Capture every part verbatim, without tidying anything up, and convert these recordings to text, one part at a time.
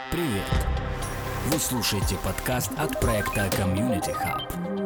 Привет! Вы слушаете подкаст от проекта Community Hub.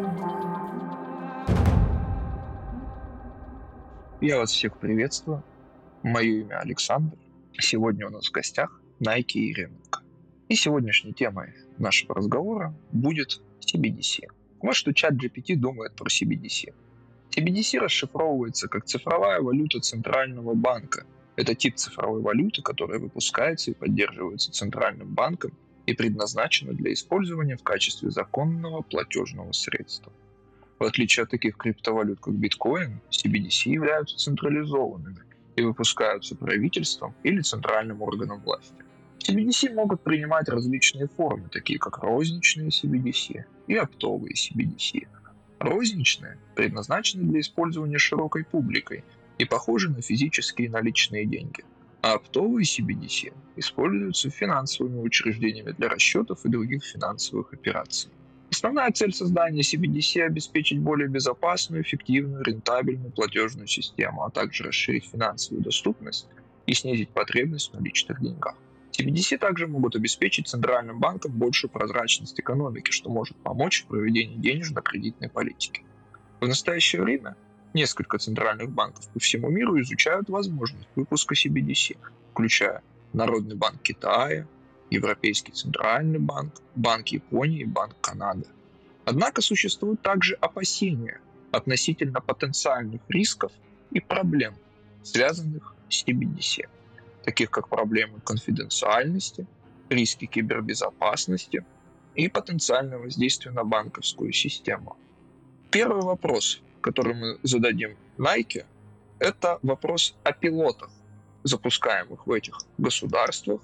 Я вас всех приветствую. Мое имя Александр. Сегодня у нас в гостях Nike и Еременко. И сегодняшней темой нашего разговора будет си би ди си. Вот что ChatGPT думает про си би ди си. си би ди си расшифровывается как цифровая валюта Центрального банка. Это тип цифровой валюты, которая выпускается и поддерживается Центральным банком и предназначена для использования в качестве законного платежного средства. В отличие от таких криптовалют, как биткоин, си би ди си являются централизованными и выпускаются правительством или центральным органом власти. си би ди си могут принимать различные формы, такие как розничные си би ди си и оптовые си би ди си. Розничные предназначены для использования широкой публикой и похожи на физические наличные деньги, а оптовые си би ди си используются финансовыми учреждениями для расчетов и других финансовых операций. Основная цель создания си би ди си – обеспечить более безопасную, эффективную, рентабельную платежную систему, а также расширить финансовую доступность и снизить потребность в наличных деньгах. си би ди си также могут обеспечить центральным банкам большую прозрачность экономики, что может помочь в проведении денежно-кредитной политики. В настоящее время несколько центральных банков по всему миру изучают возможность выпуска си би ди си, включая Народный банк Китая, Европейский центральный банк, Банк Японии и Банк Канады. Однако существуют также опасения относительно потенциальных рисков и проблем, связанных с си би ди си, таких как проблемы конфиденциальности, риски кибербезопасности и потенциальное воздействие на банковскую систему. Первый вопрос, который мы зададим Nike, это вопрос о пилотах, запускаемых в этих государствах,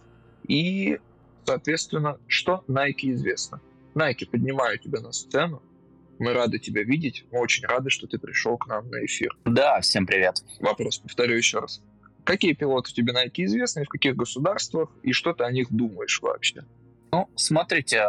и, соответственно, что Nike известно. Nike, поднимаю тебя на сцену. Мы рады тебя видеть. Мы очень рады, что ты пришел к нам на эфир. Да, всем привет. Вопрос повторю еще раз. Какие пилоты тебе Nike известны, в каких государствах, и что ты о них думаешь вообще? Ну, смотрите,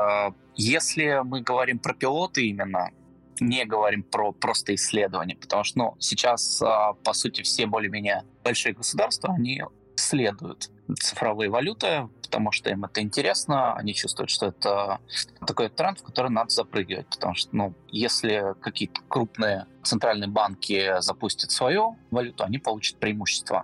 если мы говорим про пилоты именно, не говорим про просто исследования, потому что ну, сейчас, по сути, все более-менее большие государства, они исследуют цифровые валюты, потому что им это интересно, они чувствуют, что это такой тренд, в который надо запрыгивать, потому что ну, если какие-то крупные центральные банки запустят свою валюту, они получат преимущество.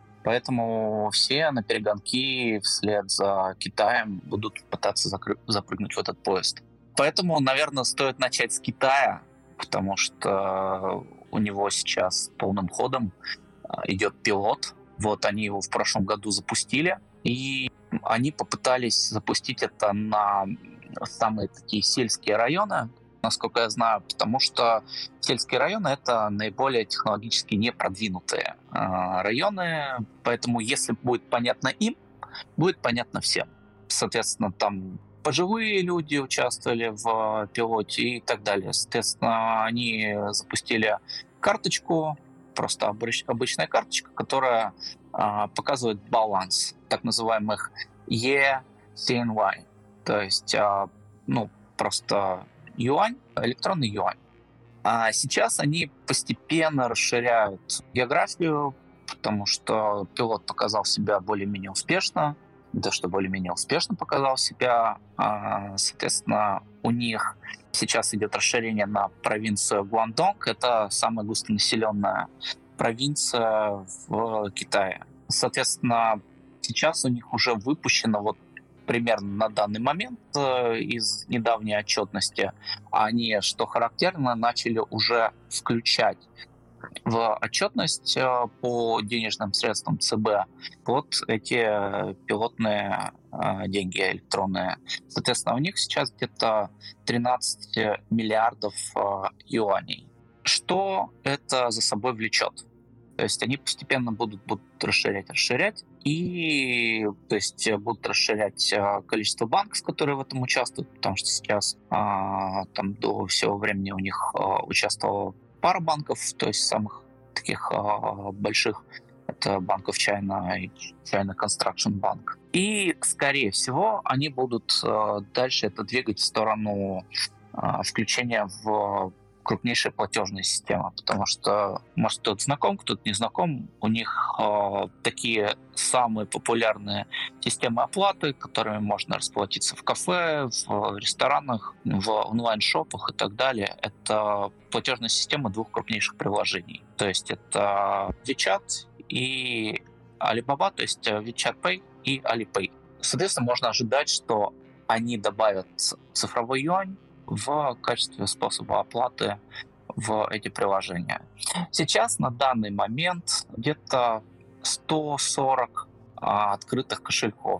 Поэтому все на перегонки вслед за Китаем будут пытаться закры- запрыгнуть в этот поезд. Поэтому, наверное, стоит начать с Китая, потому что у него сейчас полным ходом идет пилот. Вот они его в прошлом году запустили, и они попытались запустить это на самые такие сельские районы, насколько я знаю, потому что сельские районы — это наиболее технологически непродвинутые районы, поэтому если будет понятно им, будет понятно всем. Соответственно, там пожилые люди участвовали в пилоте и так далее. Соответственно, они запустили карточку, просто обыч, обычная карточка, которая а, показывает баланс так называемых и си эн уай, то есть а, ну, просто юань, электронный юань. А сейчас они постепенно расширяют географию, потому что пилот показал себя более-менее успешно. Да, что более-менее успешно показал себя. Соответственно, у них сейчас идет расширение на провинцию Гуандонг. Это самая густонаселенная провинция в Китае. Соответственно, сейчас у них уже выпущено вот примерно на данный момент из недавней отчетности. Они, что характерно, начали уже включать в отчетность по денежным средствам ЦБ вот эти пилотные э, деньги электронные. Соответственно, у них сейчас где-то тринадцать миллиардов э, юаней. Что это за собой влечет? То есть они постепенно будут, будут расширять, расширять, и то есть будут расширять э, количество банков, которые в этом участвуют, потому что сейчас э, там до всего времени у них э, участвовало пара банков, то есть самых таких э, больших, это Bank of China и China Construction Bank. И, скорее всего, они будут э, дальше это двигать в сторону э, включения в крупнейшая платежная система, потому что, может, кто-то знаком, кто-то не знаком, у них э, такие самые популярные системы оплаты, которыми можно расплатиться в кафе, в ресторанах, в онлайн-шопах и так далее. Это платежная система двух крупнейших приложений. То есть это WeChat и Alibaba, то есть WeChat Pay и Alipay. Соответственно, можно ожидать, что они добавят цифровой юань в качестве способа оплаты в эти приложения. Сейчас на данный момент где-то сто сорок а, открытых кошельков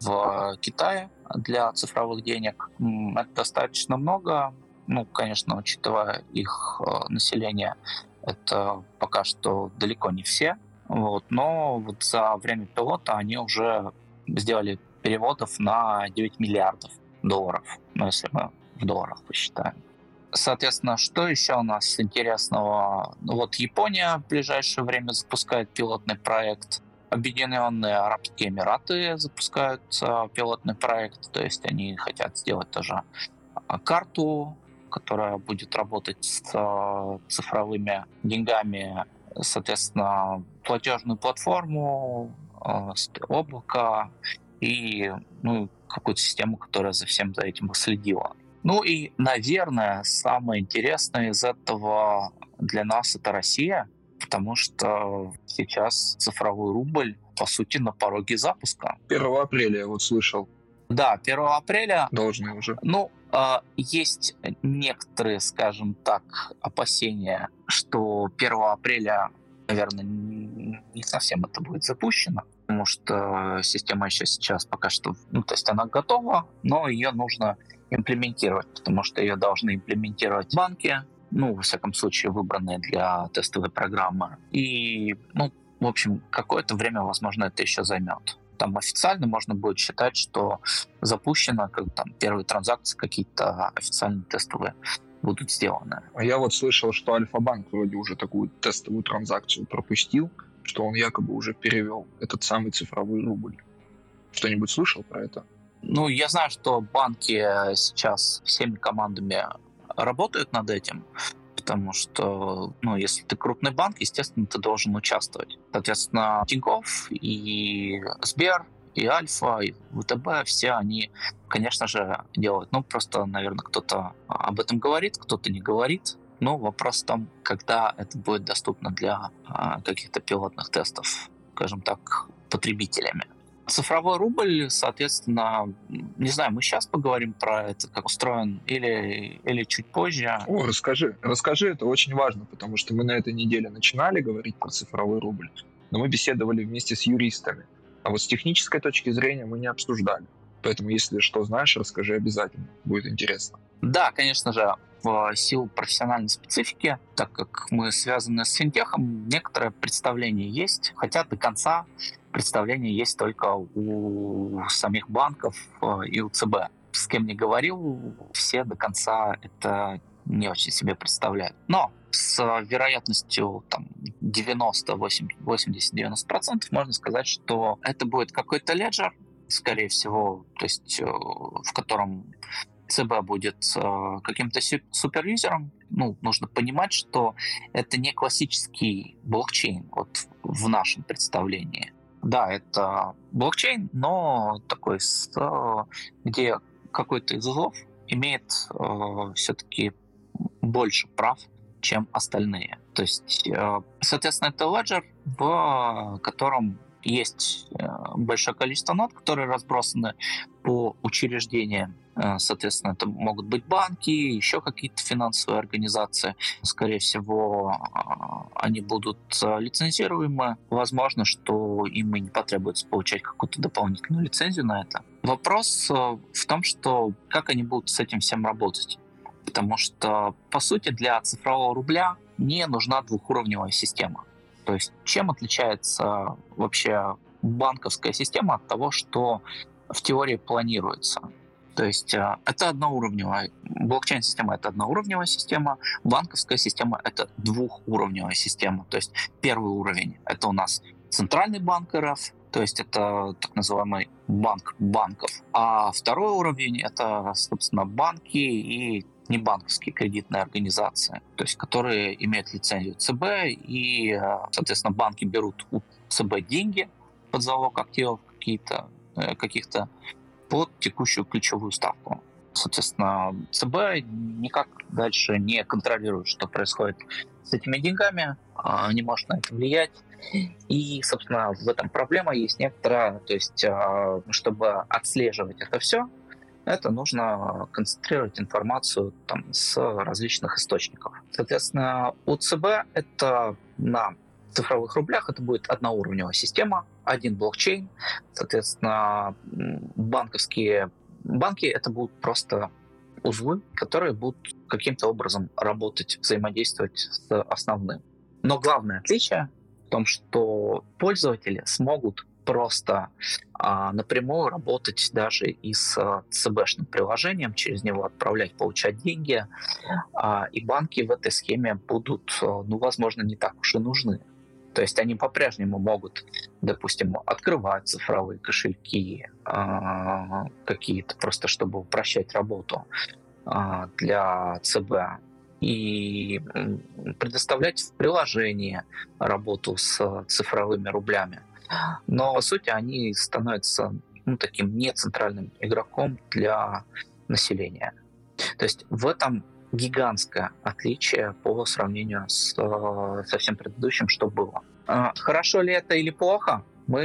в Китае для цифровых денег. Это достаточно много. Ну, конечно, учитывая их э, население, это пока что далеко не все. Вот. Но вот за время пилота они уже сделали переводов на девять миллиардов долларов, ну, если мы в долларах посчитаем. Соответственно, что еще у нас интересного? Вот Япония в ближайшее время запускает пилотный проект. Объединенные Арабские Эмираты запускают а, пилотный проект, то есть они хотят сделать тоже а, карту, которая будет работать с а, цифровыми деньгами, соответственно, платежную платформу, а, облако и ну, какую-то систему, которая за всем за этим следила. Ну и, наверное, самое интересное из этого для нас — это Россия, потому что сейчас цифровой рубль, по сути, на пороге запуска. первого апреля я вот слышал. Да, первого апреля. Должны уже. Ну, э, есть некоторые, скажем так, опасения, что первого апреля, наверное, не совсем это будет запущено, потому что система еще сейчас пока что, ну, то есть она готова, но ее нужно имплементировать, потому что ее должны имплементировать банки, ну, во всяком случае, выбранные для тестовой программы. И, ну, в общем, какое-то время, возможно, это еще займет. Там официально можно будет считать, что запущено, как там первые транзакции какие-то официальные тестовые будут сделаны. А я вот слышал, что Альфа-банк вроде уже такую тестовую транзакцию пропустил, что он якобы уже перевел этот самый цифровой рубль. Что-нибудь слышал про это? Ну, я знаю, что банки сейчас всеми командами работают над этим, потому что, ну, если ты крупный банк, естественно, ты должен участвовать. Соответственно, Тинькофф и Сбер, и Альфа, и ВТБ, все они, конечно же, делают. Ну, просто, наверное, кто-то об этом говорит, кто-то не говорит. Но вопрос в том, когда это будет доступно для а, каких-то пилотных тестов, скажем так, потребителями. Цифровой рубль, соответственно, не знаю, мы сейчас поговорим про это, как устроен, или, или чуть позже. О, расскажи. Расскажи, это очень важно, потому что мы на этой неделе начинали говорить про цифровой рубль, но мы беседовали вместе с юристами. А вот с технической точки зрения мы не обсуждали. Поэтому, если что знаешь, расскажи обязательно. Будет интересно. Да, конечно же, в силу профессиональной специфики, так как мы связаны с финтехом, некоторое представление есть, хотя до конца представление есть только у самих банков и у ЦБ. С кем не говорил, все до конца это не очень себе представляют. Но с вероятностью там, девяносто, восемьдесят, девяносто процентов можно сказать, что это будет какой-то леджер, скорее всего, то есть в котором ЦБ будет э, каким-то суперюзером. Ну, нужно понимать, что это не классический блокчейн вот в нашем представлении. Да, это блокчейн, но такой, с, э, где какой-то из узлов имеет э, все-таки больше прав, чем остальные. То есть, э, соответственно, это леджер, в котором есть э, большое количество нод, которые разбросаны по учреждениям. Соответственно, это могут быть банки, еще какие-то финансовые организации. Скорее всего, они будут лицензируемы. Возможно, что им и не потребуется получать какую-то дополнительную лицензию на это. Вопрос в том, что как они будут с этим всем работать. Потому что, по сути, для цифрового рубля не нужна двухуровневая система. То есть чем отличается вообще банковская система от того, что в теории планируется? То есть э, это одноуровневая, блокчейн-система — это одноуровневая система, банковская система — это двухуровневая система. То есть первый уровень — это у нас центральный банк РФ, то есть это так называемый банк банков. А второй уровень — это, собственно, банки и небанковские кредитные организации, то есть которые имеют лицензию ЦБ, и, соответственно, банки берут у ЦБ деньги под залог активов какие-то, каких-то под текущую ключевую ставку. Соответственно, ЦБ никак дальше не контролирует, что происходит с этими деньгами, не может на это влиять. И, собственно, в этом проблема есть некоторая, то есть, чтобы отслеживать это все, это нужно концентрировать информацию там, с различных источников. Соответственно, у ЦБ это на цифровых рублях это будет одноуровневая система, один блокчейн. Соответственно, банковские банки это будут просто узлы, которые будут каким-то образом работать, взаимодействовать с основным. Но главное отличие в том, что пользователи смогут просто а, напрямую работать даже и с а, ЦБшным приложением, через него отправлять, получать деньги, а, и банки в этой схеме будут, а, ну, возможно, не так уж и нужны. То есть они по-прежнему могут, допустим, открывать цифровые кошельки а, какие-то, просто чтобы упрощать работу а, для ЦБ, и предоставлять в приложении работу с цифровыми рублями. Но, по сути, они становятся ну, таким нецентральным игроком для населения. То есть в этом гигантское отличие по сравнению с, со всем предыдущим, что было. Хорошо ли это или плохо,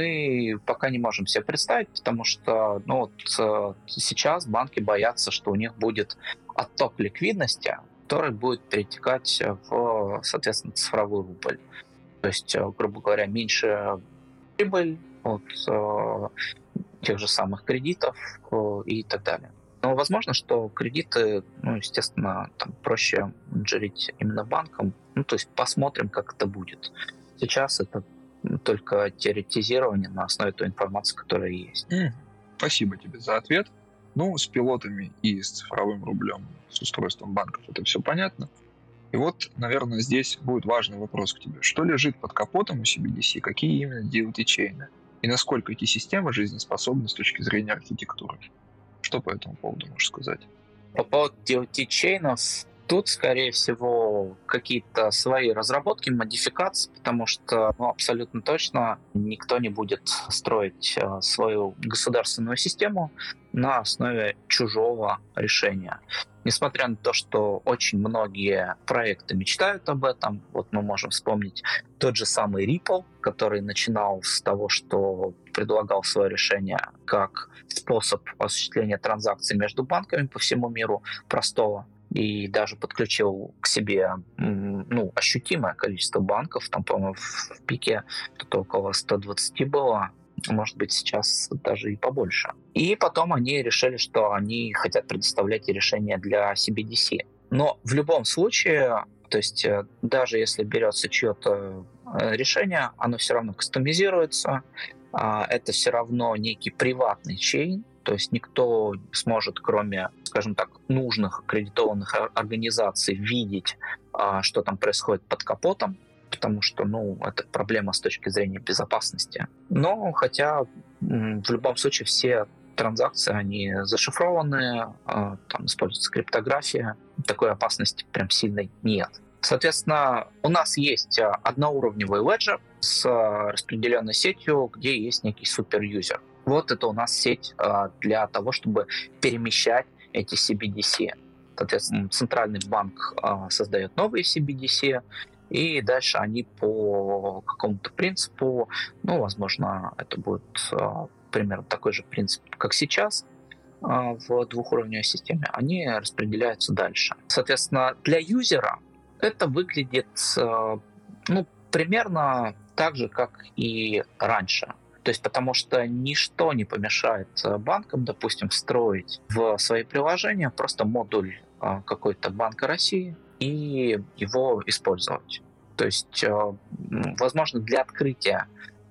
мы пока не можем себе представить, потому что ну, вот, сейчас банки боятся, что у них будет отток ликвидности, который будет перетекать в, соответственно, цифровой рубль. То есть, грубо говоря, меньше прибыль от э, тех же самых кредитов э, и так далее. Но возможно, что кредиты, ну, естественно, там проще менеджерить именно банком. Ну, то есть посмотрим, как это будет. Сейчас это только теоретизирование на основе той информации, которая есть. Mm. Спасибо тебе за ответ. Ну, с пилотами и с цифровым рублем, с устройством банков это все понятно. И вот, наверное, здесь будет важный вопрос к тебе. Что лежит под капотом у си би ди си? Какие именно ди эл ти-чейны? И насколько эти системы жизнеспособны с точки зрения архитектуры? Что по этому поводу можешь сказать? По поводу ди эл ти-чейнов, тут, скорее всего, какие-то свои разработки, модификации, потому что ну, абсолютно точно никто не будет строить э, свою государственную систему на основе чужого решения. Несмотря на то, что очень многие проекты мечтают об этом, вот мы можем вспомнить тот же самый Ripple, который начинал с того, что предлагал свое решение как способ осуществления транзакций между банками по всему миру простого, и даже подключил к себе ну, ощутимое количество банков, там, по-моему, в пике что-то около сто двадцать было, может быть, сейчас даже и побольше. И потом они решили, что они хотят предоставлять решения для си би ди си. Но в любом случае, то есть даже если берется чье-то решение, оно все равно кастомизируется, это все равно некий приватный чейн, то есть никто не сможет, кроме, скажем так, нужных аккредитованных организаций, видеть, что там происходит под капотом, потому что, ну, это проблема с точки зрения безопасности. Но хотя в любом случае все транзакции, они зашифрованы, там используется криптография, такой опасности прям сильной нет. Соответственно, у нас есть одноуровневый леджер с распределенной сетью, где есть некий суперюзер. Вот это у нас сеть для того, чтобы перемещать эти си би ди си. Соответственно, центральный банк создает новые си би ди си, и дальше они по какому-то принципу, ну, возможно, это будет примерно такой же принцип, как сейчас в двухуровневой системе, они распределяются дальше. Соответственно, для юзера это выглядит ну, примерно так же, как и раньше. То есть потому что ничто не помешает банкам, допустим, встроить в свои приложения просто модуль какой-то Банка России и его использовать. То есть, возможно, для открытия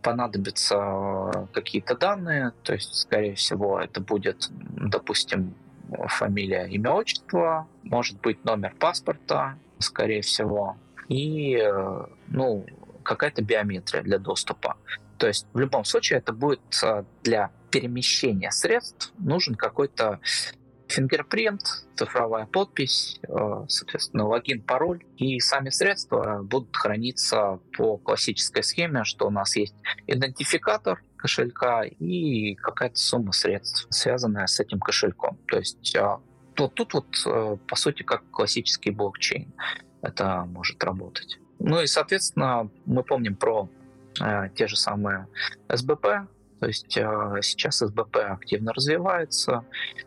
понадобятся какие-то данные, то есть, скорее всего, это будет, допустим, фамилия, имя, отчество, может быть, номер паспорта, скорее всего, и, ну, какая-то биометрия для доступа. То есть, в любом случае, это будет для перемещения средств нужен какой-то фингерпринт, цифровая подпись, соответственно, логин, пароль, и сами средства будут храниться по классической схеме, что у нас есть идентификатор кошелька и какая-то сумма средств, связанная с этим кошельком. То есть вот тут вот, по сути, как классический блокчейн это может работать. Ну и, соответственно, мы помним про те же самые эс бэ пэ. То есть э, сейчас эс бэ пэ активно развивается,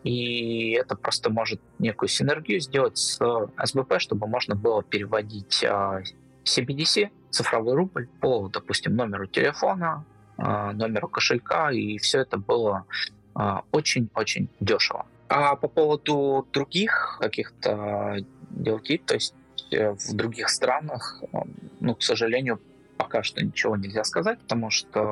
и это просто может некую синергию сделать с эс бэ пэ, чтобы можно было переводить э, си би ди си, цифровой рубль, по, допустим, номеру телефона, э, номеру кошелька, и все это было э, очень-очень дешево. А по поводу других каких-то делтей, то есть э, в других странах, э, ну, к сожалению, пока что ничего нельзя сказать, потому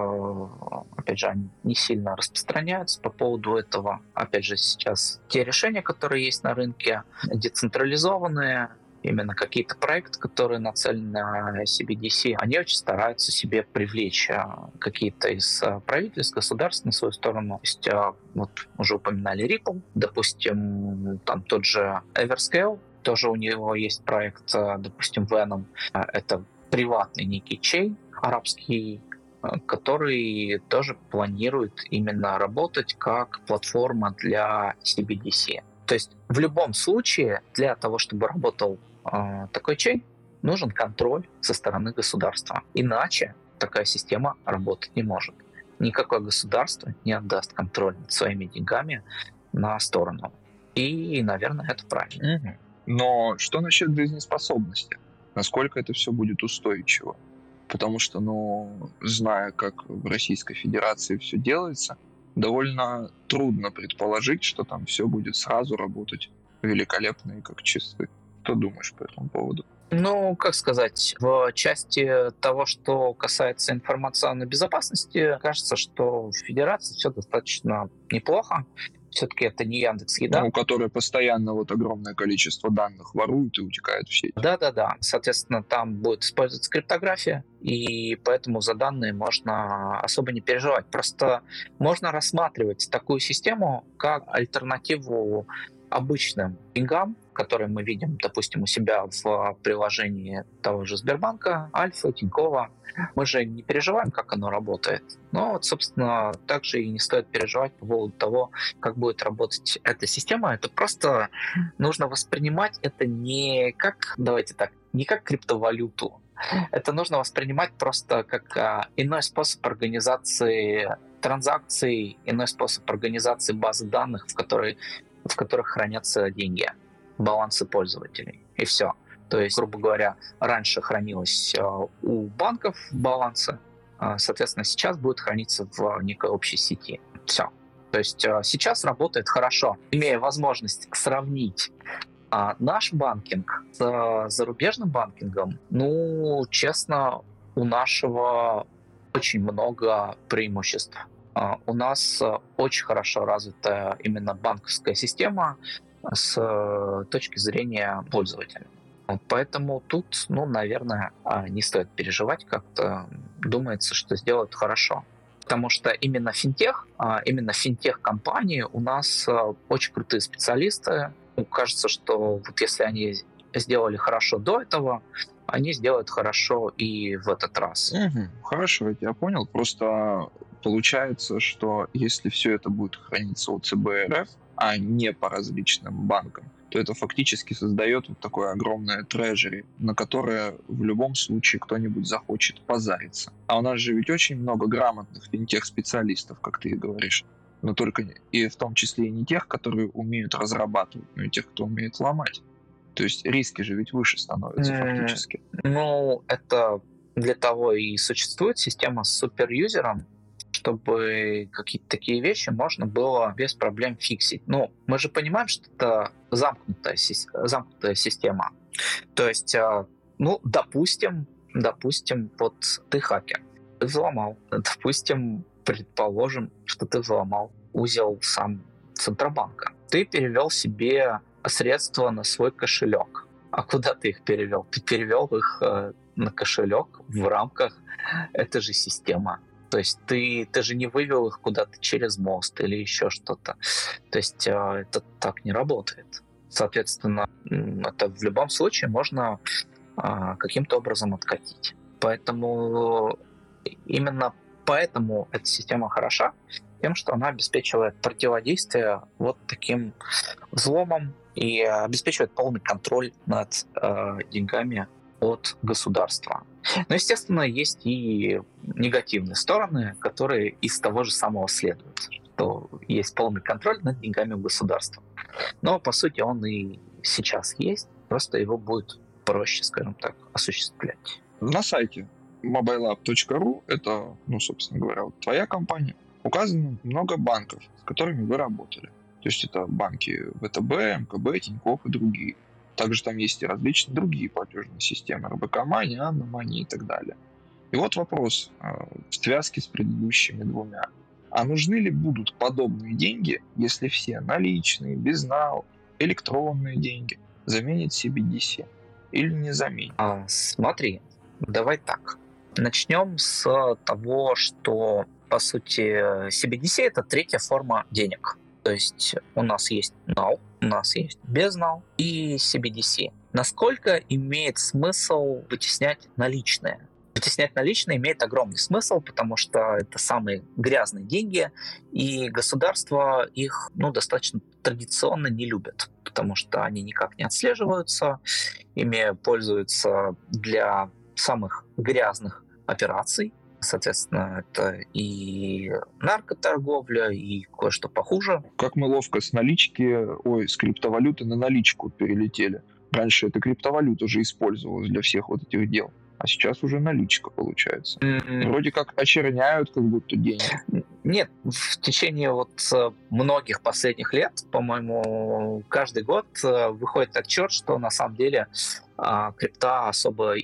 что, опять же, они не сильно распространяются по поводу этого. Опять же, сейчас те решения, которые есть на рынке, децентрализованные, именно какие-то проекты, которые нацелены на си би ди си, они очень стараются себе привлечь какие-то из правительств, государств на свою сторону. То есть, вот уже упоминали Ripple, допустим, там тот же Everscale, тоже у него есть проект, допустим, Venom. Это приватный некий чейн арабский, который тоже планирует именно работать как платформа для си би ди си. То есть в любом случае для того, чтобы работал э, такой чейн, нужен контроль со стороны государства. Иначе такая система работать не может. Никакое государство не отдаст контроль над своими деньгами на сторону. И, наверное, это правильно. Угу. Но что насчет жизнеспособности? Насколько это все будет устойчиво? Потому что, ну, зная, как в Российской Федерации все делается, довольно трудно предположить, что там все будет сразу работать великолепно и как часы. Что думаешь по этому поводу? Ну, как сказать, в части того, что касается информационной безопасности, кажется, что в Федерации все достаточно неплохо. Все-таки это не Яндекс.Еда. Ну, у которой постоянно вот огромное количество данных воруют и утекают в сеть. Да-да-да. Соответственно, там будет использоваться криптография, и поэтому за данные можно особо не переживать. Просто можно рассматривать такую систему как альтернативу обычным деньгам, которые мы видим, допустим, у себя в приложении того же Сбербанка, Альфа, Тинькова. Мы же не переживаем, как оно работает. Но вот, собственно, также и не стоит переживать по поводу того, как будет работать эта система. Это просто нужно воспринимать это не как, давайте так, не как криптовалюту. Это нужно воспринимать просто как а, иной способ организации транзакций, иной способ организации базы данных, в которой в которых хранятся деньги, балансы пользователей, и все. То есть, грубо говоря, раньше хранилось э, у банков балансы, э, соответственно, сейчас будет храниться в некой общей сети. Все. То есть э, сейчас работает хорошо. Имея возможность сравнить э, наш банкинг с э, зарубежным банкингом, ну, честно, у нашего очень много преимуществ. Uh, у нас uh, очень хорошо развита именно банковская система с uh, точки зрения пользователя. Uh, поэтому тут, ну, наверное, uh, не стоит переживать, как-то думается, что сделают хорошо. Потому что именно финтех, uh, именно финтех-компании у нас uh, очень крутые специалисты. Ну, кажется, что вот если они сделали хорошо до этого, они сделают хорошо и в этот раз. Угу. Хорошо, я тебя понял. Просто получается, что если все это будет храниться у цэ бэ эр эф, а не по различным банкам, то это фактически создает вот такое огромное трежери, на которое в любом случае кто-нибудь захочет позариться. А у нас же ведь очень много грамотных финтех-специалистов, как ты и говоришь. Но только и в том числе и не тех, которые умеют разрабатывать, но и тех, кто умеет ломать. То есть риски же ведь выше становятся mm, фактически. Ну, это для того и существует система с суперюзером, чтобы какие-то такие вещи можно было без проблем фиксить. Ну, мы же понимаем, что это замкнутая, замкнутая система. То есть, ну, допустим, допустим, вот ты хакер, ты взломал. Допустим, предположим, что ты взломал узел сам Центробанка. Ты перевел себе средства на свой кошелек. А куда ты их перевел? Ты перевел их э, на кошелек в рамках этой же системы. То есть ты, ты же не вывел их куда-то через мост или еще что-то. То есть э, это так не работает. Соответственно, это в любом случае можно э, каким-то образом откатить. Поэтому именно поэтому эта система хороша, тем, что она обеспечивает противодействие вот таким взломам и обеспечивает полный контроль над э, деньгами от государства. Но, естественно, есть и негативные стороны, которые из того же самого следуют, что есть полный контроль над деньгами государства. Но, по сути, он и сейчас есть, просто его будет проще, скажем так, осуществлять. На сайте mobile app точка ру, это, ну, собственно говоря, вот твоя компания, указано много банков, с которыми вы работали. То есть это банки вэ тэ бэ, эм ка бэ, Тинькофф и другие. Также там есть и различные другие платежные системы, эр бэ ка Money, Анна Money и так далее. И вот вопрос в связке с предыдущими двумя. А нужны ли будут подобные деньги, если все наличные, безнал, электронные деньги заменят си би ди си? Или не заменят? А, смотри, давай так. Начнем с того, что, по сути, си би ди си — это третья форма денег. То есть у нас есть нал, у нас есть безнал и си би ди си. Насколько имеет смысл вытеснять наличные? Вытеснять наличные имеет огромный смысл, потому что это самые грязные деньги, и государство их ну, достаточно традиционно не любит, потому что они никак не отслеживаются, ими пользуются для самых грязных операций. Соответственно, это и наркоторговля, и кое-что похуже. Как мы ловко с налички, ой, с криптовалюты на наличку перелетели. Раньше эта криптовалюта уже использовалась для всех вот этих дел. А сейчас уже наличка получается. Mm-hmm. Вроде как очерняют как будто деньги. Нет, в течение вот многих последних лет, по-моему, каждый год выходит отчет, что на самом деле крипта особо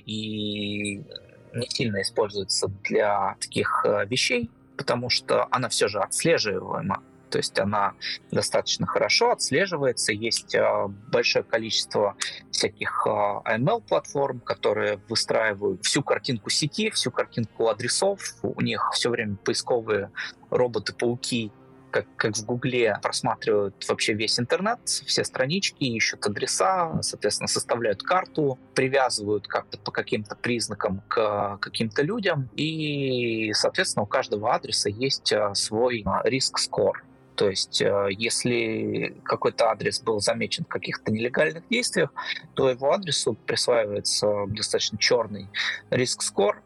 и не сильно используется для таких вещей, потому что она все же отслеживаема. То есть она достаточно хорошо отслеживается. Есть большое количество всяких эм эл-платформ, которые выстраивают всю картинку сети, всю картинку адресов. У них все время поисковые роботы-пауки, как, как в Гугле, просматривают вообще весь интернет, все странички, ищут адреса, соответственно, составляют карту, привязывают как-то по каким-то признакам к каким-то людям. И, соответственно, у каждого адреса есть свой риск-скор. То есть, если какой-то адрес был замечен в каких-то нелегальных действиях, то его адресу присваивается достаточно черный риск-скор,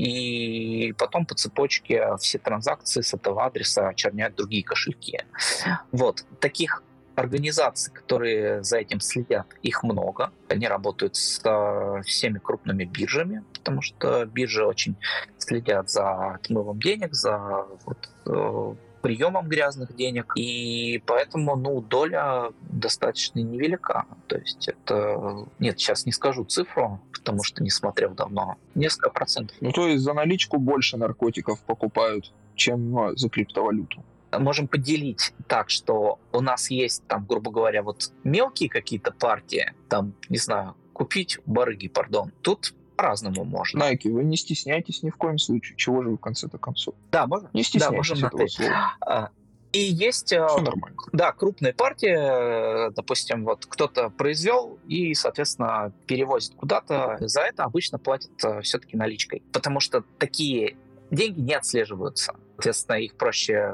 и потом по цепочке все транзакции с этого адреса очерняют другие кошельки. Вот. Таких организаций, которые за этим следят, их много. Они работают с всеми крупными биржами, потому что биржи очень следят за отмывом денег, за вот, приемом грязных денег, и поэтому, ну, доля достаточно невелика. То есть это... Нет, сейчас не скажу цифру, потому что не смотрел давно. Несколько процентов. Ну, то есть за наличку больше наркотиков покупают, чем ну, за криптовалюту. Можем поделить так, что у нас есть, там, грубо говоря, вот мелкие какие-то партии, там, не знаю, купить барыги, пардон. Тут по-разному можно. Найки, вы не стесняйтесь ни в коем случае. Чего же вы в конце-то концов? Да, можно? Не стесняйтесь да, этого слова. И есть Все нормально. Да, крупные партии, допустим, вот кто-то произвел и, соответственно, перевозит куда-то. За это обычно платят все-таки наличкой, потому что такие деньги не отслеживаются. Соответственно, их проще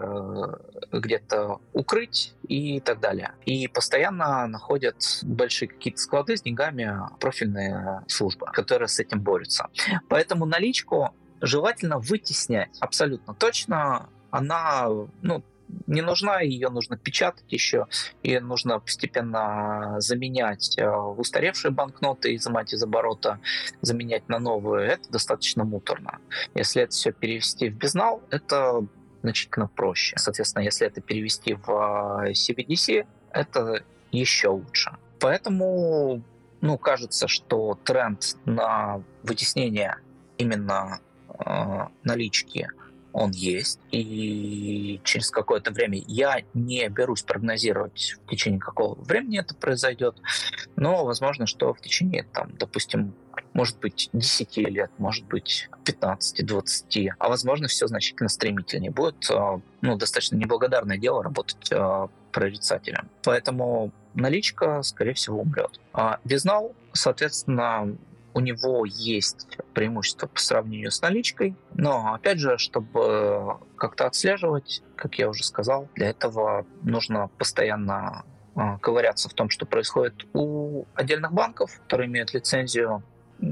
где-то укрыть и так далее. И постоянно находят большие какие-то склады с деньгами профильные службы, которые с этим борются. Поэтому наличку желательно вытеснять абсолютно точно. Она, ну, не нужна, ее нужно печатать еще, ее нужно постепенно заменять устаревшие банкноты, изымать из оборота, заменять на новые. Это достаточно муторно. Если это все перевести в безнал, это значительно проще. Соответственно, если это перевести в си би ди си, это еще лучше. Поэтому, ну, кажется, что тренд на вытеснение именно э, налички он есть, и через какое-то время я не берусь прогнозировать, в течение какого времени это произойдет, но возможно, что в течение, там, допустим, может быть, десяти лет, может быть, пятнадцати-двадцати, а возможно, все значительно стремительнее будет. Ну, достаточно неблагодарное дело работать прорицателем. Поэтому наличка, скорее всего, умрет. А безнал, соответственно, у него есть преимущество по сравнению с наличкой, но, опять же, чтобы как-то отслеживать, как я уже сказал, для этого нужно постоянно ковыряться в том, что происходит у отдельных банков, которые имеют лицензию,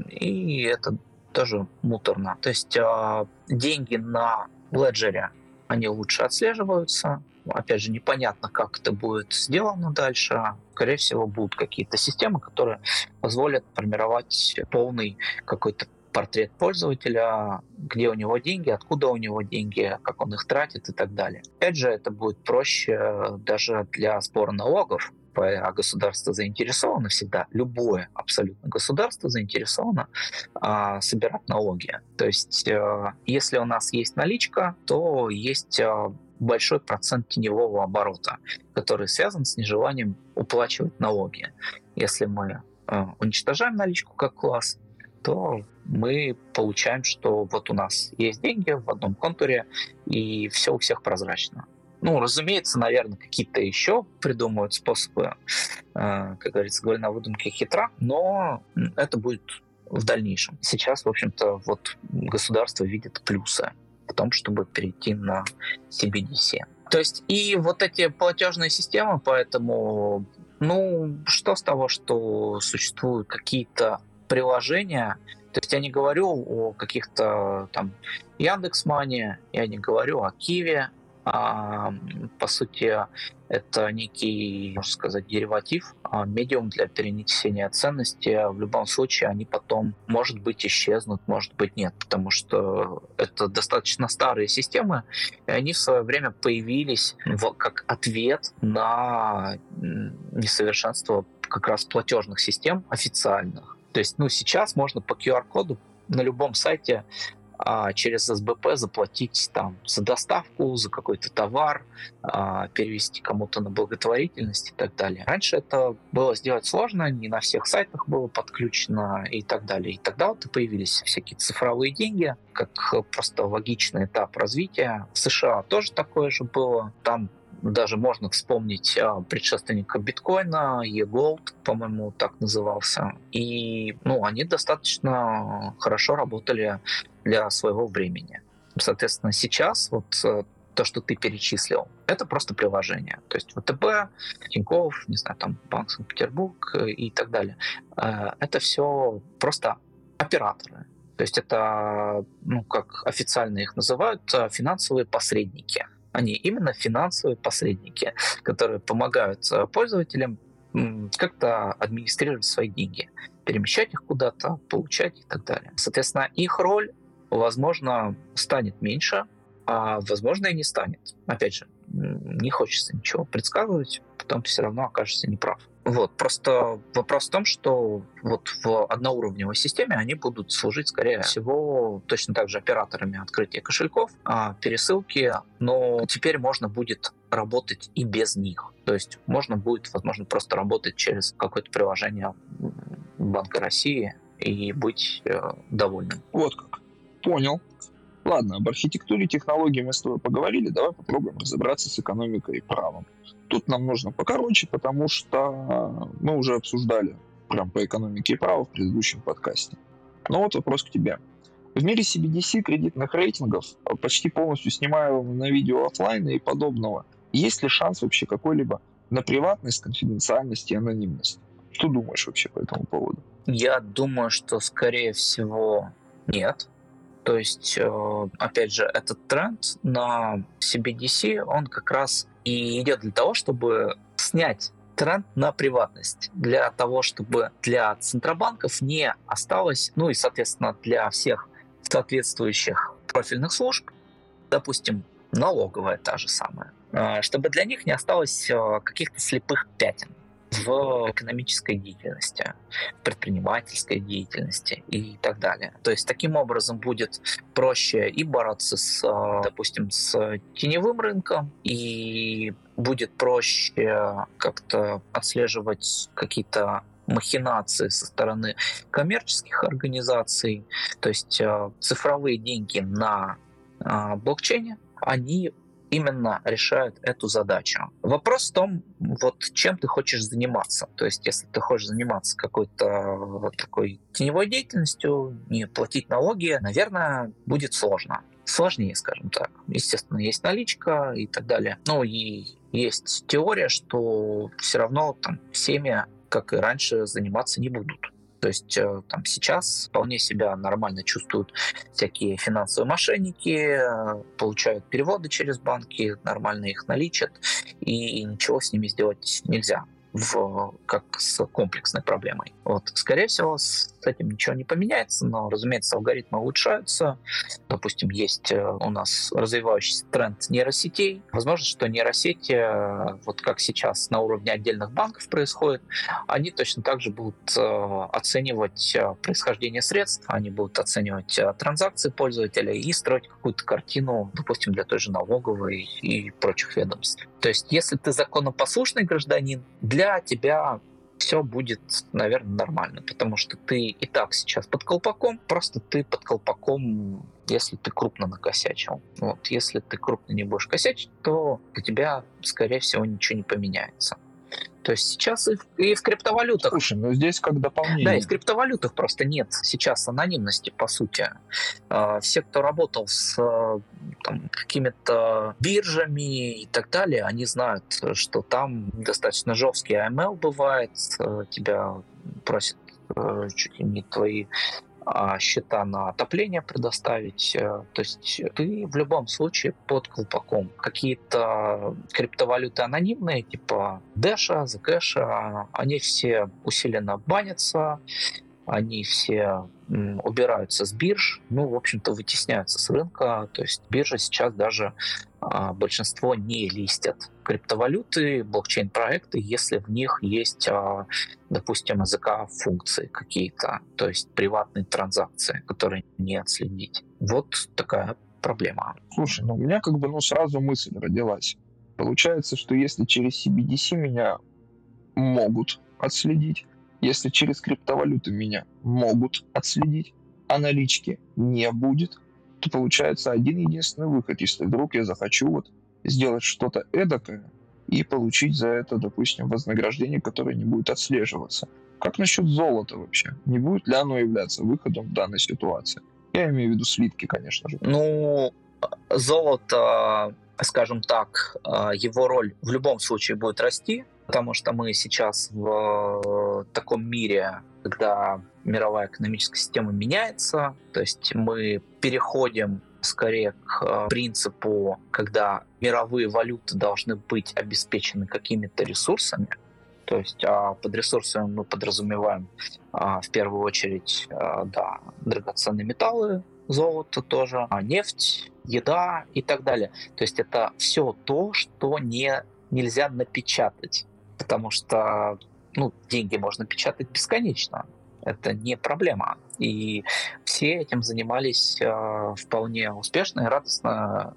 и это тоже муторно. То есть деньги на Ledger, они лучше отслеживаются. Опять же, непонятно, как это будет сделано дальше. Скорее всего, будут какие-то системы, которые позволят формировать полный какой-то портрет пользователя, где у него деньги, откуда у него деньги, как он их тратит и так далее. Опять же, это будет проще даже для сбора налогов, а государство заинтересовано всегда, любое абсолютно государство заинтересовано а, собирать налоги. То есть, а, если у нас есть наличка, то есть а, большой процент теневого оборота, который связан с нежеланием уплачивать налоги. Если мы а, уничтожаем наличку как класс, то мы получаем, что вот у нас есть деньги в одном контуре, и все у всех прозрачно. Ну, разумеется, наверное, какие-то еще придумают способы, как говорится, говоря на выдумке хитра, но это будет в дальнейшем. Сейчас, в общем-то, вот государство видит плюсы в том, чтобы перейти на си би ди си. То есть и вот эти платежные системы, поэтому, ну, что с того, что существуют какие-то приложения. То есть я не говорю о каких-то там Яндекс.Мани, я не говорю о Киви. А, по сути, это некий, можно сказать, дериватив, а, медиум для перенесения ценности. В любом случае они потом, может быть, исчезнут, может быть, нет, потому что это достаточно старые системы, и они в свое время появились в, как ответ на несовершенство как раз платежных систем официальных. То есть, ну, сейчас можно по ку ар-коду на любом сайте а, через эс бэ пэ заплатить там за доставку, за какой-то товар, а, перевести кому-то на благотворительность и так далее. Раньше это было сделать сложно, не на всех сайтах было подключено и так далее. И тогда вот и появились всякие цифровые деньги, как просто логичный этап развития. В США тоже такое же было. Там даже можно вспомнить а, предшественника биткоина, e-gold, по-моему, так назывался. И ну, они достаточно хорошо работали для своего времени. Соответственно, сейчас вот то, что ты перечислил, это просто приложение. То есть вэ тэ бэ, Тинькофф, не знаю, там Банк Санкт-Петербург и так далее. Это все просто операторы. То есть это, ну, как официально их называют, финансовые посредники. Они именно финансовые посредники, которые помогают пользователям как-то администрировать свои деньги, перемещать их куда-то, получать и так далее. Соответственно, их роль, возможно, станет меньше, а возможно и не станет. Опять же, не хочется ничего предсказывать, потом ты все равно окажешься неправ. Вот, просто вопрос в том, что вот в одноуровневой системе они будут служить, скорее всего, точно так же операторами открытия кошельков, а пересылки, но теперь можно будет работать и без них. То есть можно будет, возможно, просто работать через какое-то приложение Банка России и быть э, довольным. Вот как. Понял. Ладно, об архитектуре технологий мы с тобой поговорили, давай попробуем разобраться с экономикой и правом. Тут нам нужно покороче, потому что мы уже обсуждали прям по экономике и праву в предыдущем подкасте. Но вот вопрос к тебе. В мире си би ди си кредитных рейтингов, почти полностью снимаемого на видео офлайна и подобного, есть ли шанс вообще какой-либо на приватность, конфиденциальность и анонимность? Что думаешь вообще по этому поводу? Я думаю, что, скорее всего, нет. То есть, опять же, этот тренд на си би ди си, он как раз и идет для того, чтобы снять тренд на приватность, для того, чтобы для центробанков не осталось, ну и, соответственно, для всех соответствующих профильных служб, допустим, налоговая та же самая, чтобы для них не осталось каких-то слепых пятен. в экономической деятельности, в предпринимательской деятельности и так далее. То есть таким образом будет проще и бороться с, допустим, с теневым рынком, и будет проще как-то отслеживать какие-то махинации со стороны коммерческих организаций. То есть цифровые деньги на блокчейне, они именно решают эту задачу. Вопрос в том, вот чем ты хочешь заниматься. То есть, если ты хочешь заниматься какой-то вот такой теневой деятельностью, не платить налоги, наверное, будет сложно. Сложнее, скажем так. Естественно, есть наличка и так далее. Ну и есть теория, что все равно там семьи, как и раньше, заниматься не будут. То есть там сейчас вполне себя нормально чувствуют всякие финансовые мошенники, получают переводы через банки, нормально их наличат, и ничего с ними сделать нельзя, в, как с комплексной проблемой. Вот. Скорее всего, с этим ничего не поменяется, но, разумеется, алгоритмы улучшаются. Допустим, есть у нас развивающийся тренд нейросетей. Возможно, что нейросети, вот как сейчас на уровне отдельных банков происходит, они точно так же будут оценивать происхождение средств, они будут оценивать транзакции пользователя и строить какую-то картину, допустим, для той же налоговой и прочих ведомств. То есть, если ты законопослушный гражданин, для тебя все будет, наверное, нормально, потому что ты и так сейчас под колпаком, просто ты под колпаком, если ты крупно накосячил. Вот. Если ты крупно не будешь косячить, то у тебя, скорее всего, ничего не поменяется. То есть сейчас и в, и в криптовалютах... Слушай, ну здесь как дополнение. Да, и в криптовалютах просто нет сейчас анонимности, по сути. Все, кто работал с там, какими-то биржами и так далее, они знают, что там достаточно жесткий эй эм эл бывает, тебя просят чуть ли не твои счета на отопление предоставить. То есть ты в любом случае под колпаком. Какие-то криптовалюты анонимные, типа Dash, Zcash, они все усиленно банятся, они все убираются с бирж, ну, в общем-то, вытесняются с рынка. То есть биржи сейчас даже а, большинство не листят криптовалюты, блокчейн-проекты, если в них есть, а, допустим, эс зэ ка-функции какие-то, то есть приватные транзакции, которые не отследить. Вот такая проблема. Слушай, ну у меня как бы ну, сразу мысль родилась. Получается, что если через си би ди си меня могут отследить, если через криптовалюты меня могут отследить, а налички не будет, то получается один единственный выход, если вдруг я захочу вот сделать что-то эдакое и получить за это, допустим, вознаграждение, которое не будет отслеживаться. Как насчет золота вообще? Не будет ли оно являться выходом в данной ситуации? Я имею в виду слитки, конечно же. Ну, золото, скажем так, его роль в любом случае будет расти, потому что мы сейчас в таком мире, когда мировая экономическая система меняется, то есть мы переходим скорее к принципу, когда мировые валюты должны быть обеспечены какими-то ресурсами. То есть а под ресурсами мы подразумеваем а, в первую очередь а, да, драгоценные металлы, золото тоже, а нефть, еда и так далее. То есть это все то, что не, нельзя напечатать, потому что ну, деньги можно печатать бесконечно. Это не проблема. И все этим занимались э, вполне успешно и радостно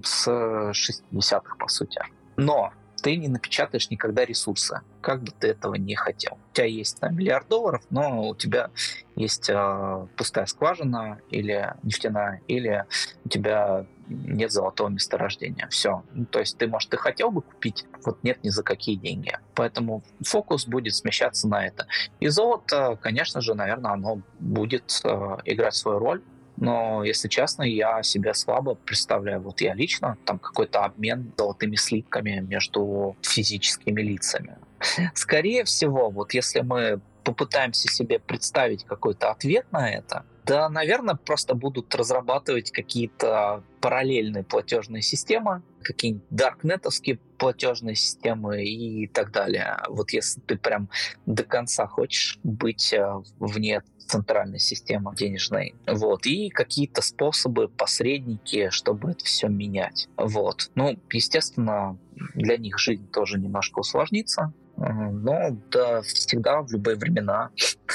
с шестидесятых, по сути. Но ты не напечатаешь никогда ресурсы, как бы ты этого не хотел. У тебя есть там, миллиард долларов, но у тебя есть э, пустая скважина или нефтяная, или у тебя нет золотого месторождения. Все. Ну, то есть ты, может, и хотел бы купить, вот нет ни за какие деньги. Поэтому фокус будет смещаться на это. И золото, конечно же, наверное, оно будет э, играть свою роль. Но, если честно, я себя слабо представляю. Вот я лично, там какой-то обмен золотыми слитками между физическими лицами. Скорее всего, вот если мы попытаемся себе представить какой-то ответ на это, да, наверное, просто будут разрабатывать какие-то параллельные платежные системы, какие-нибудь даркнетовские платежные системы и так далее. Вот если ты прям до конца хочешь быть вне центральной системы денежной. Вот. И какие-то способы, посредники, чтобы это все менять. Вот. Ну, естественно, для них жизнь тоже немножко усложнится. Ну, да, всегда, в любые времена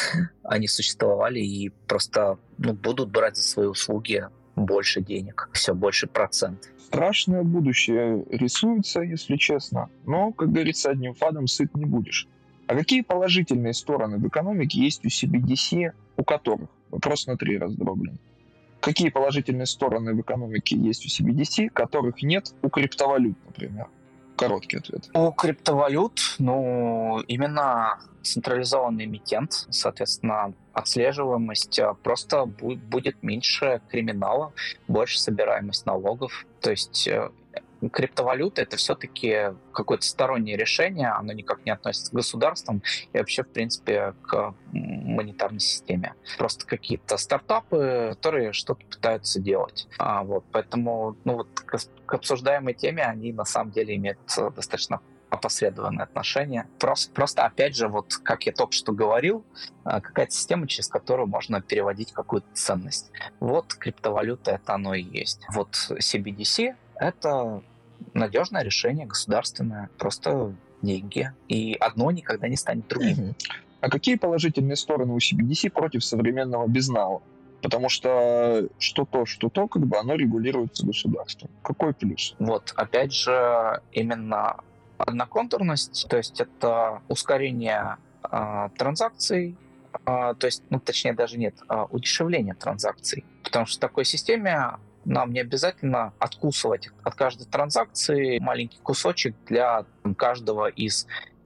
они существовали и просто ну, будут брать за свои услуги больше денег, все больше процент. Страшное будущее рисуется, если честно, но, как говорится, одним фадом сыт не будешь. А какие положительные стороны в экономике есть у си би ди си, у которых? Вопрос на три раздроблен. Какие положительные стороны в экономике есть у си би ди си, которых нет у криптовалют, например? Короткий ответ. У криптовалют, ну, именно централизованный эмитент, соответственно, отслеживаемость, просто будет меньше криминала, больше собираемость налогов. То есть криптовалюта — это все-таки какое-то стороннее решение, оно никак не относится к государствам и вообще, в принципе, к монетарной системе. Просто какие-то стартапы, которые что-то пытаются делать. А, вот, поэтому ну, вот, к, к обсуждаемой теме они на самом деле имеют достаточно опосредованное отношение. Просто, просто, опять же, вот как я только что говорил, какая-то система, через которую можно переводить какую-то ценность. Вот криптовалюта — это оно и есть. Вот си би ди си — это надежное решение, государственное, просто деньги. И одно никогда не станет другим. А какие положительные стороны у си би ди си против современного безнала? Потому что что то, что то, как бы оно регулируется государством. Какой плюс? Вот, опять же, именно одноконтурность, то есть это ускорение э, транзакций, э, то есть, ну, точнее, даже нет, э, удешевление транзакций. Потому что в такой системе нам не обязательно откусывать от каждой транзакции маленький кусочек для там, каждого из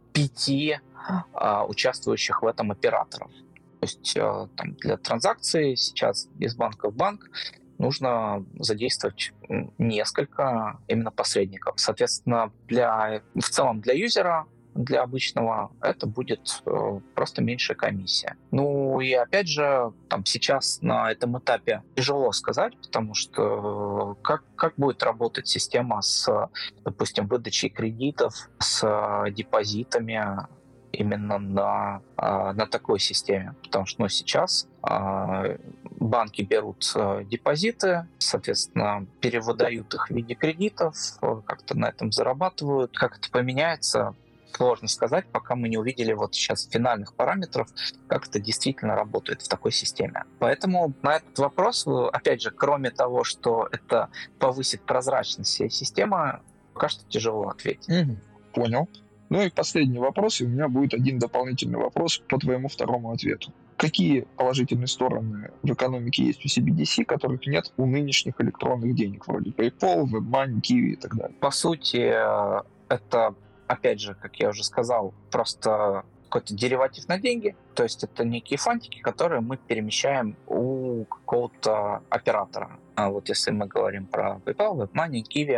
пяти э, участвующих в этом операторов. То есть э, там, для транзакции сейчас из банка в банк нужно задействовать несколько именно посредников. Соответственно, для, в целом для юзера, для обычного, это будет э, просто меньшая комиссия. Ну и опять же, там сейчас на этом этапе тяжело сказать, потому что как, как будет работать система с, допустим, выдачей кредитов, с депозитами именно на, на такой системе. Потому что ну, сейчас банки берут депозиты, соответственно, перевыдают их в виде кредитов, как-то на этом зарабатывают. Как это поменяется, сложно сказать, пока мы не увидели вот сейчас финальных параметров, как это действительно работает в такой системе. Поэтому на этот вопрос, опять же, кроме того, что это повысит прозрачность всей системы, пока что тяжело ответить. Mm-hmm. Понял. Ну и последний вопрос, и у меня будет один дополнительный вопрос по твоему второму ответу. Какие положительные стороны в экономике есть у си би ди си, которых нет у нынешних электронных денег, вроде PayPal, WebMoney, Kiwi и так далее? По сути, это, опять же, как я уже сказал, просто какой-то дериватив на деньги, то есть это некие фантики, которые мы перемещаем у какого-то оператора. А вот если мы говорим про PayPal, WebMoney, Kiwi,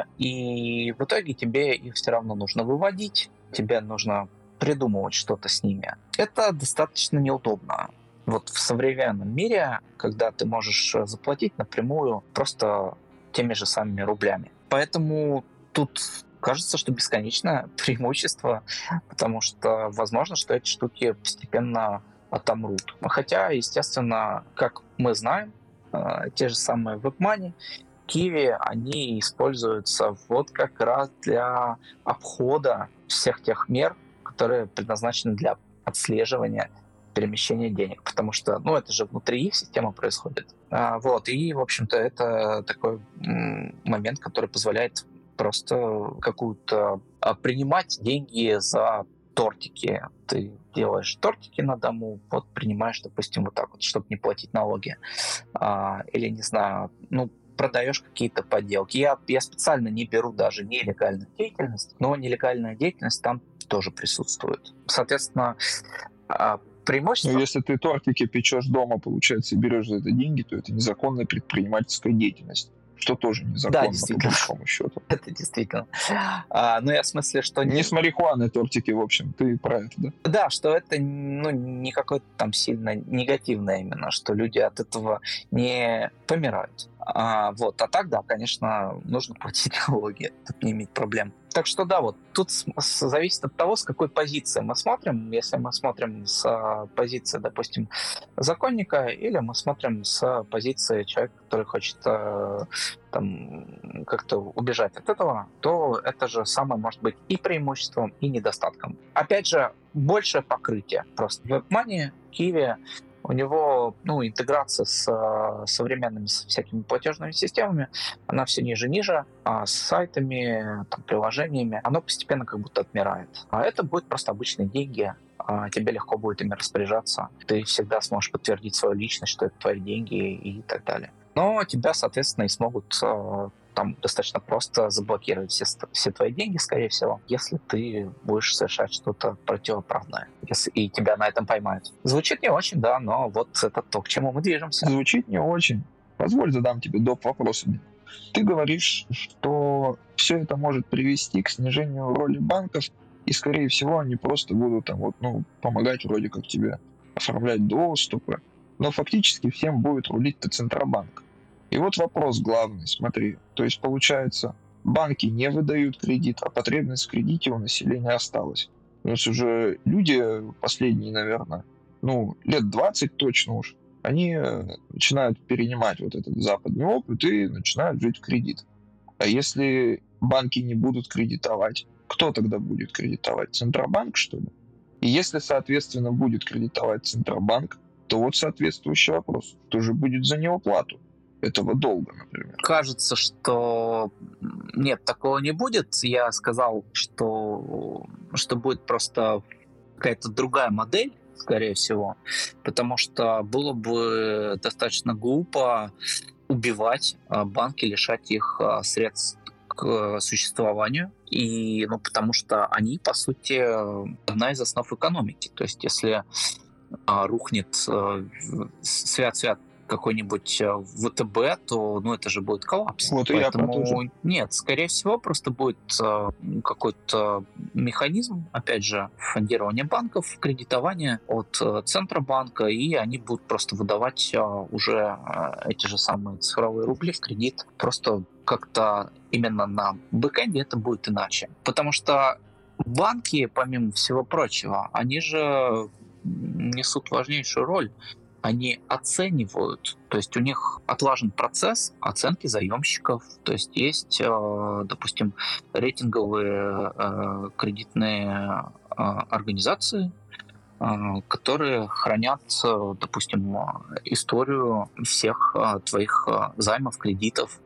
и в итоге тебе их все равно нужно выводить, тебе нужно придумывать что-то с ними. Это достаточно неудобно. Вот в современном мире, когда ты можешь заплатить напрямую просто теми же самыми рублями. Поэтому тут кажется, что бесконечное преимущество, потому что возможно, что эти штуки постепенно отомрут. Хотя, естественно, как мы знаем, те же самые WebMoney, Kiwi, они используются вот как раз для обхода всех тех мер, которые предназначены для отслеживания перемещения денег, потому что, ну, это же внутри их системы происходит. А, вот, и, в общем-то, это такой м- момент, который позволяет просто какую-то а, принимать деньги за тортики. Ты делаешь тортики на дому, вот принимаешь, допустим, вот так вот, чтобы не платить налоги. А, или, не знаю, ну, продаешь какие-то подделки. Я, я специально не беру даже нелегальную деятельность, но нелегальная деятельность там тоже присутствует. Соответственно, преимущество... Но если ты тортики печешь дома, получается, и берешь за это деньги, то это незаконная предпринимательская деятельность. Что тоже незаконно, да, по большому счету. Это действительно. А, ну, я в смысле, что... Не с марихуаной тортики, в общем, ты про это, да? Да, что это ну, не какое-то там сильно негативное именно, что люди от этого не помирают. А, вот. А так, да, конечно, нужно платить налоги, тут не иметь проблем. Так что да, вот тут с- с- зависит от того, с какой позиции мы смотрим. Если мы смотрим с а, позиции, допустим, законника, или мы смотрим с позиции человека, который хочет э, там как-то убежать от этого, то это же самое может быть и преимуществом, и недостатком. Опять же, большее покрытие. Просто в WebMoney, Kiwi, у него ну, интеграция с э, современными с всякими платежными системами, она все ниже и ниже, а с сайтами, там, приложениями, оно постепенно как будто отмирает. А это будет просто обычные деньги, а тебе легко будет ими распоряжаться. Ты всегда сможешь подтвердить свою личность, что это твои деньги и так далее. Но тебя, соответственно, и смогут э, там достаточно просто заблокировать все, ст- все твои деньги, скорее всего, если ты будешь совершать что-то противоправное, если и тебя на этом поймают. Звучит не очень, да, но вот это то, к чему мы движемся. Звучит не очень. Позволь задам тебе доп. Вопрос. Ты говоришь, что все это может привести к снижению роли банков, и, скорее всего, они просто будут там вот, ну, помогать вроде как тебе оформлять доступы, но фактически всем будет рулить-то Центробанк. И вот вопрос главный, смотри. То есть, получается, банки не выдают кредит, а потребность в кредите у населения осталась. То есть уже люди последние, наверное, ну, лет двадцать точно уж, они э, начинают перенимать вот этот западный опыт и начинают жить в кредит. А если банки не будут кредитовать, кто тогда будет кредитовать? Центробанк, что ли? И если, соответственно, будет кредитовать Центробанк, то вот соответствующий вопрос. Кто же будет за неуплату этого долга, например? Кажется, что нет, такого не будет. Я сказал, что, что будет просто какая-то другая модель, скорее всего, потому что было бы достаточно глупо убивать а, банки, лишать их а, средств к существованию, и, ну, потому что они, по сути, одна из основ экономики. То есть если а, рухнет а, свят-свят какой-нибудь а, ВТБ, то ну, это же будет коллапс. Вот и я про то же. Поэтому нет, скорее всего, просто будет а, какой-то механизм, опять же, фондирования банков, кредитования от а, Центробанка, и они будут просто выдавать а, уже а, эти же самые цифровые рубли в кредит. Просто как-то именно на бэкэнде это будет иначе. Потому что банки, помимо всего прочего, они же несут важнейшую роль. Они оценивают, то есть у них отлажен процесс оценки заемщиков, то есть есть, допустим, рейтинговые кредитные организации, которые хранят, допустим, историю всех твоих займов, кредитов,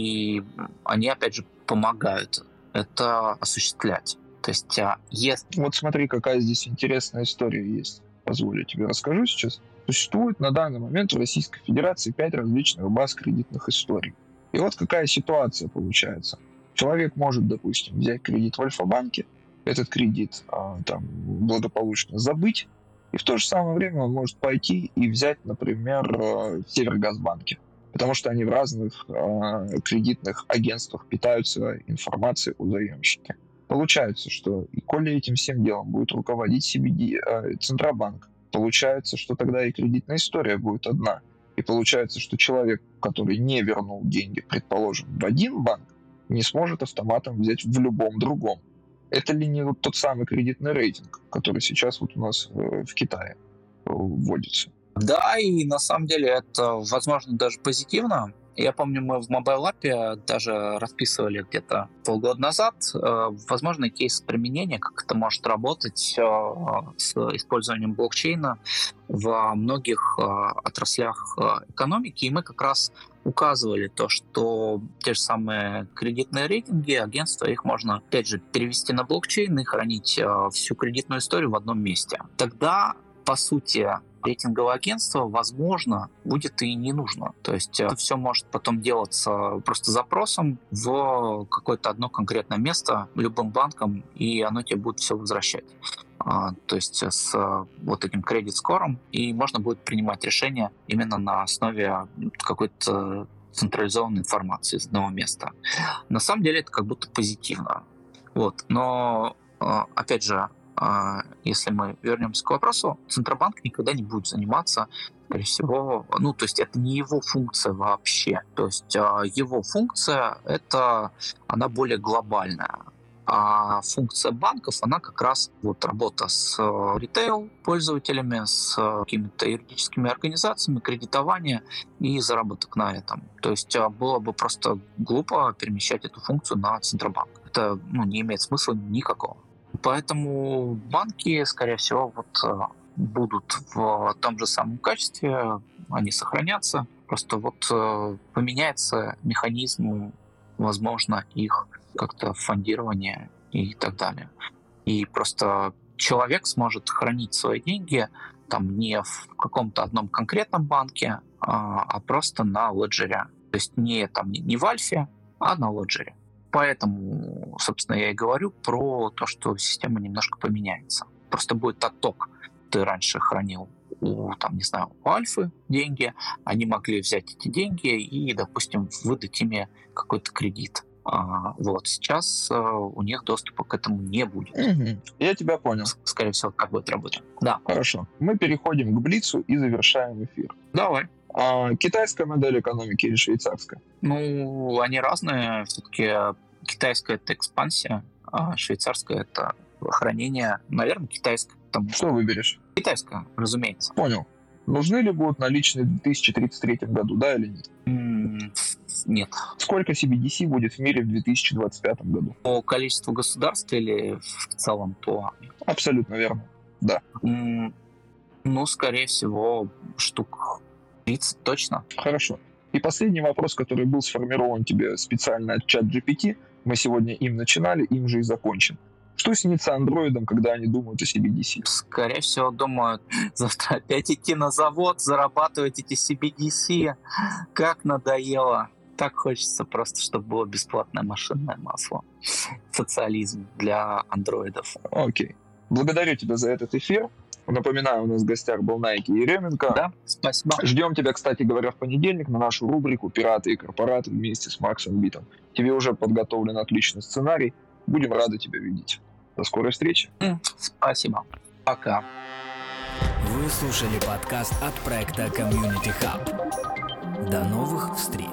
и они, опять же, помогают это осуществлять. То есть, если... Вот смотри, какая здесь интересная история есть. Позволь, я тебе расскажу сейчас. Существует на данный момент в Российской Федерации пять различных баз кредитных историй. И вот какая ситуация получается. Человек может, допустим, взять кредит в Альфа-банке, этот кредит а, там благополучно забыть, и в то же самое время он может пойти и взять, например, в Севергазбанке, потому что они в разных а, кредитных агентствах питаются информацией о заемщике. Получается, что и коли этим всем делом будет руководить си би ди, э, Центробанк, получается, что тогда и кредитная история будет одна. И получается, что человек, который не вернул деньги, предположим, в один банк, не сможет автоматом взять в любом другом. Это ли не вот тот самый кредитный рейтинг, который сейчас вот у нас э, в Китае э, вводится? Да, и на самом деле это, возможно, даже позитивно. Я помню, мы в Mobile App даже расписывали где-то полгода назад э, возможный кейс применения, как это может работать э, с использованием блокчейна во многих э, отраслях э, экономики. И мы как раз указывали то, что те же самые кредитные рейтинги, агентства, их можно, опять же, перевести на блокчейн и хранить э, всю кредитную историю в одном месте. Тогда, по сути, рейтинговое агентство, возможно, будет и не нужно. То есть это все может потом делаться просто запросом в какое-то одно конкретное место любым банком, и оно тебе будет все возвращать. А, то есть с вот этим кредит-скором, и можно будет принимать решения именно на основе какой-то централизованной информации из одного места. На самом деле это как будто позитивно. Вот. Но, опять же, если мы вернемся к вопросу, Центробанк никогда не будет заниматься, скорее всего, ну, то есть это не его функция вообще. То есть его функция, это, она более глобальная. А функция банков, она как раз вот работа с ритейл-пользователями, с какими-то юридическими организациями, кредитование и заработок на этом. То есть было бы просто глупо перемещать эту функцию на Центробанк. Это ну, не имеет смысла никакого. Поэтому банки, скорее всего, вот, будут в том же самом качестве, они сохранятся. Просто вот поменяется механизм, возможно, их как-то фондирование и так далее. И просто человек сможет хранить свои деньги там не в каком-то одном конкретном банке, а, а просто на леджере. То есть не, там, не в Альфе, а на леджере. Поэтому, собственно, я и говорю про то, что система немножко поменяется. Просто будет отток. Ты раньше хранил у, там, не знаю, у Альфы деньги, они могли взять эти деньги и, допустим, выдать ими какой-то кредит. А, вот сейчас а, у них доступа к этому не будет. Угу. Я тебя понял. Скорее всего, так будет работать. Да. Хорошо. Мы переходим к Блицу и завершаем эфир. Давай. А, китайская модель экономики или швейцарская? Ну, они разные. Все-таки китайская — это экспансия, а швейцарская — это хранение. Наверное, китайская. Потому что выберешь? Китайская, разумеется. Понял. Нужны ли будут наличные в две тысячи тридцать третьем году, да или нет? Mm, нет. Сколько си би ди си будет в мире в две тысячи двадцать пятом году? По количеству государств или в целом по... Абсолютно верно, да. Mm, ну, скорее всего, штук тридцать точно. Хорошо. И последний вопрос, который был сформирован тебе специально от чат джи пи ти. Мы сегодня им начинали, им же и закончим. Что снится андроидам, когда они думают о си би ди си? Скорее всего, думают, завтра опять идти на завод, зарабатывать эти си би ди си. Как надоело. Так хочется просто, чтобы было бесплатное машинное масло. Социализм для андроидов. Окей. Благодарю тебя за этот эфир. Напоминаю, у нас в гостях был Найки Еременко. Да, спасибо. Ждем тебя, кстати говоря, в понедельник на нашу рубрику «Пираты и корпораты» вместе с Максом Битом. Тебе уже подготовлен отличный сценарий. Будем рады тебя видеть. До скорой встречи. Спасибо. Пока. Вы слушали подкаст от проекта Community Hub. До новых встреч.